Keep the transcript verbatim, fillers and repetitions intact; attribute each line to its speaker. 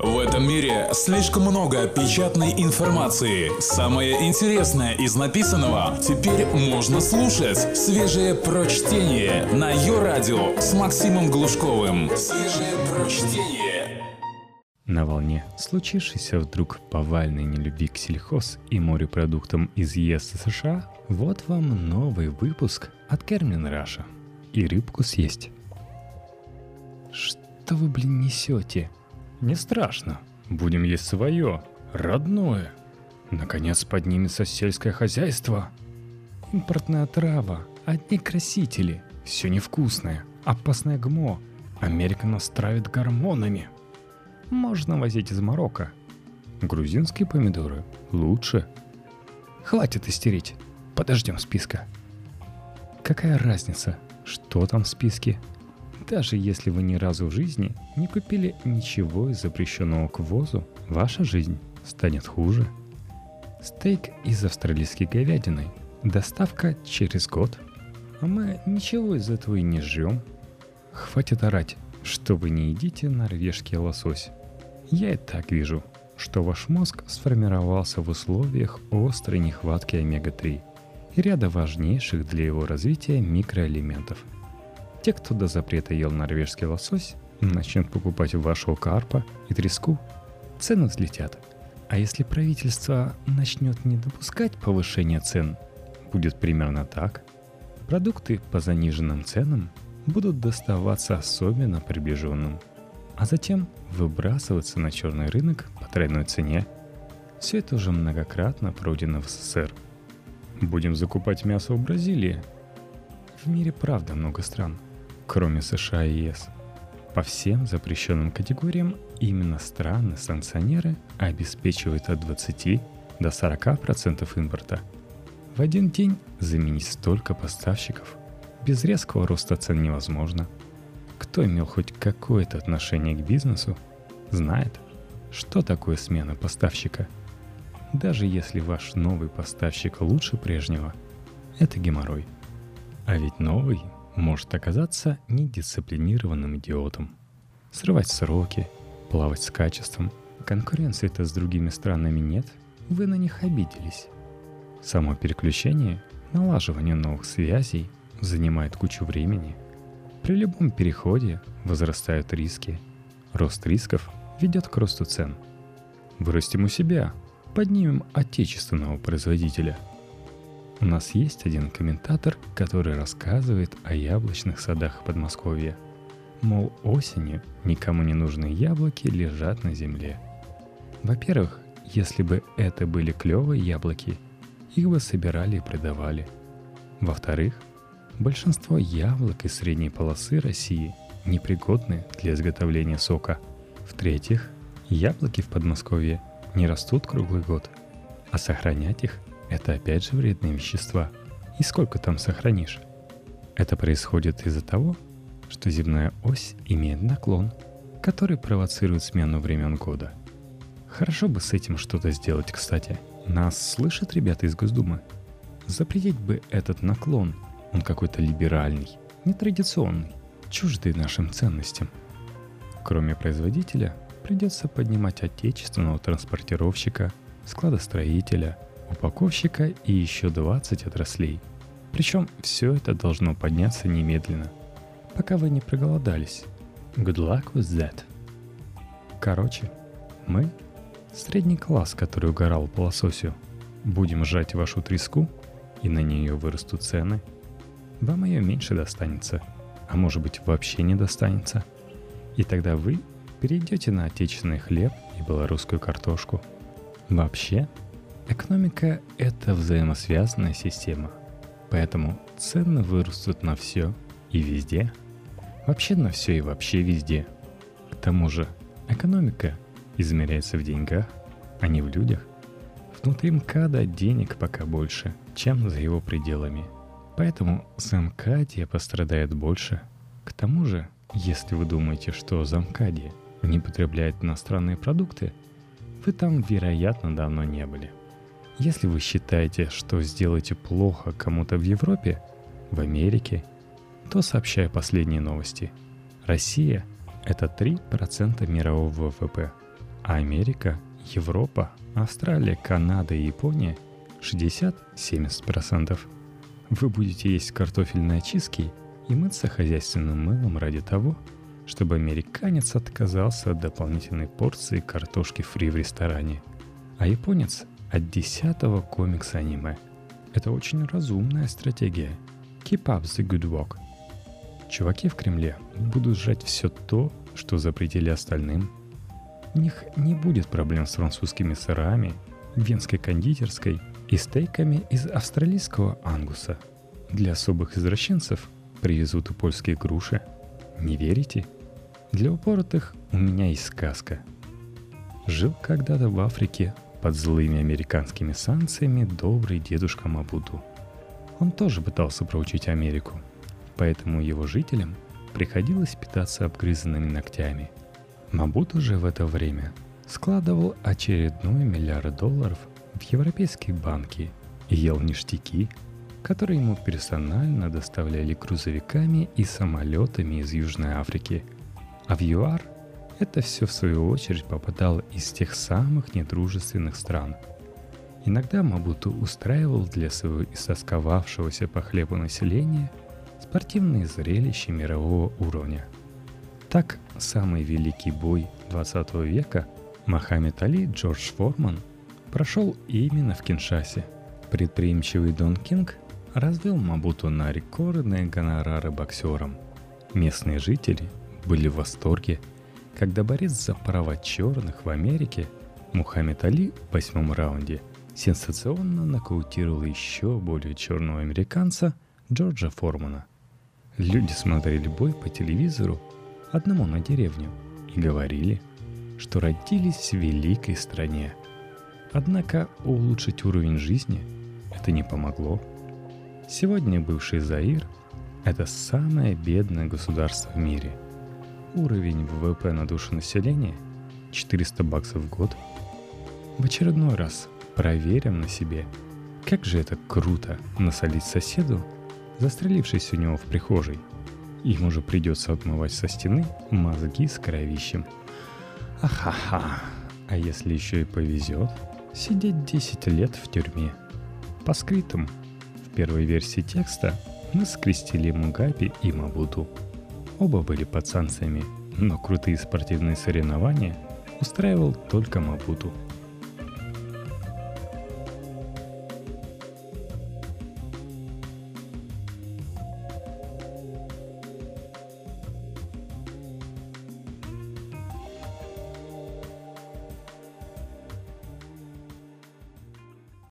Speaker 1: В этом мире слишком много печатной информации. Самое интересное из написанного теперь можно слушать. Свежее прочтение на Ё-радио с Максимом Глушковым. Свежее прочтение.
Speaker 2: На волне случившейся вдруг повальной нелюбви к сельхоз и морепродуктам из ЕС и США, вот вам новый выпуск от Кермин Раша. И рыбку съесть. Что вы, блин, несете? Не страшно. Будем есть свое, родное. Наконец поднимется сельское хозяйство. Импортная трава, одни красители. Все невкусное, опасное ГМО. Америка нас травит гормонами. Можно возить из Марокко. Грузинские помидоры лучше. Хватит истерить. Подождем списка. Какая разница, что там в списке? Даже если вы ни разу в жизни не купили ничего из запрещенного к ввозу, ваша жизнь станет хуже. Стейк из австралийской говядины. Доставка через год. А мы ничего из этого и не жрем. Хватит орать, что вы не едите норвежский лосось. Я и так вижу, что ваш мозг сформировался в условиях острой нехватки омега три и ряда важнейших для его развития микроэлементов. Те, кто до запрета ел норвежский лосось, начнут покупать вашего карпа и треску, цены взлетят. А если правительство начнет не допускать повышения цен, будет примерно так. Продукты по заниженным ценам будут доставаться особенно приближенным, а затем выбрасываться на черный рынок по тройной цене. Все это уже многократно пройдено в СССР. Будем закупать мясо в Бразилии. В мире правда много стран, кроме США и ЕС. По всем запрещенным категориям именно страны-санкционеры обеспечивают от двадцати до сорока процентов импорта. В один день заменить столько поставщиков без резкого роста цен невозможно. Кто имел хоть какое-то отношение к бизнесу, знает, что такое смена поставщика. Даже если ваш новый поставщик лучше прежнего, это геморрой. А ведь новый может оказаться недисциплинированным идиотом. Срывать сроки, плавать с качеством. Конкуренции-то с другими странами нет, вы на них обиделись. Само переключение, налаживание новых связей занимает кучу времени. При любом переходе возрастают риски. Рост рисков ведет к росту цен. Вырастим у себя, поднимем отечественного производителя. У нас есть один комментатор, который рассказывает о яблочных садах Подмосковья. Мол, осенью никому не нужные яблоки лежат на земле. Во-первых, если бы это были клевые яблоки, их бы собирали и продавали. Во-вторых, большинство яблок из средней полосы России непригодны для изготовления сока. В-третьих, яблоки в Подмосковье не растут круглый год, а сохранять их – это опять же вредные вещества. И сколько там сохранишь? Это происходит из-за того, что земная ось имеет наклон, который провоцирует смену времен года. Хорошо бы с этим что-то сделать, кстати. Нас слышат ребята из Госдумы? Запретить бы этот наклон. Он какой-то либеральный, нетрадиционный, чуждый нашим ценностям. Кроме производителя, придется поднимать отечественного транспортировщика, складостроителя, упаковщика и еще двадцать отраслей. Причем все это должно подняться немедленно, пока вы не проголодались. Good luck with that. Короче, мы, средний класс, который угорал по лососю, будем жать вашу треску, и на нее вырастут цены. Вам ее меньше достанется, а может быть вообще не достанется. И тогда вы перейдете на отечественный хлеб и белорусскую картошку. Вообще, экономика – это взаимосвязанная система, поэтому цены вырастут на все и везде. Вообще на все и вообще везде. К тому же, экономика измеряется в деньгах, а не в людях. Внутри МКАДа денег пока больше, чем за его пределами. Поэтому Замкадье пострадает больше. К тому же, если вы думаете, что Замкадье не потребляет иностранные продукты, вы там, вероятно, давно не были. Если вы считаете, что сделаете плохо кому-то в Европе, в Америке, то сообщаю последние новости. Россия – это три процента мирового вэ вэ пэ. А Америка, Европа, Австралия, Канада и Япония шестьдесят-семьдесят процентов. Вы будете есть картофельные очистки и мыться хозяйственным мылом ради того, чтобы американец отказался от дополнительной порции картошки фри в ресторане, а японец от десятого комикса аниме. Это очень разумная стратегия. Keep up the good work. Чуваки в Кремле будут жрать все то, что запретили остальным. У них не будет проблем с французскими сырами, венской кондитерской и стейками из австралийского ангуса. Для особых извращенцев привезут и польские груши. Не верите? Для упоротых у меня есть сказка. Жил когда-то в Африке под злыми американскими санкциями добрый дедушка Мабуту. Он тоже пытался проучить Америку, поэтому его жителям приходилось питаться обгрызанными ногтями. Мабуту же в это время складывал очередной миллиард долларов в европейские банки и ел ништяки, которые ему персонально доставляли грузовиками и самолетами из Южной Африки. А в ЮАР это все в свою очередь попадало из тех самых недружественных стран. Иногда Мабуту устраивал для своего истосковавшегося по хлебу населения спортивные зрелища мирового уровня. Так, самый великий бой двадцатого века Мохаммед Али Джордж Форман прошел именно в Киншасе. Предприимчивый Дон Кинг развел Мабуту на рекордные гонорары боксерам. Местные жители были в восторге, когда борец за права черных в Америке Мухаммед Али в восьмом раунде сенсационно нокаутировал еще более черного американца Джорджа Формана. Люди смотрели бой по телевизору одному на деревню и говорили, что родились в великой стране. Однако улучшить уровень жизни это не помогло. Сегодня бывший Заир – это самое бедное государство в мире. Уровень ВВП на душу населения – четыреста баксов в год. В очередной раз проверим на себе, как же это круто насолить соседу, застрелившись у него в прихожей. Ему же придется отмывать со стены мозги с кровищем. Ахаха! А если еще и повезет, сидеть десять лет в тюрьме. По скриптам, в первой версии текста мы скрестили Мугаби и Мабуту. Оба были под санкциями, но крутые спортивные соревнования устраивал только Мабуту.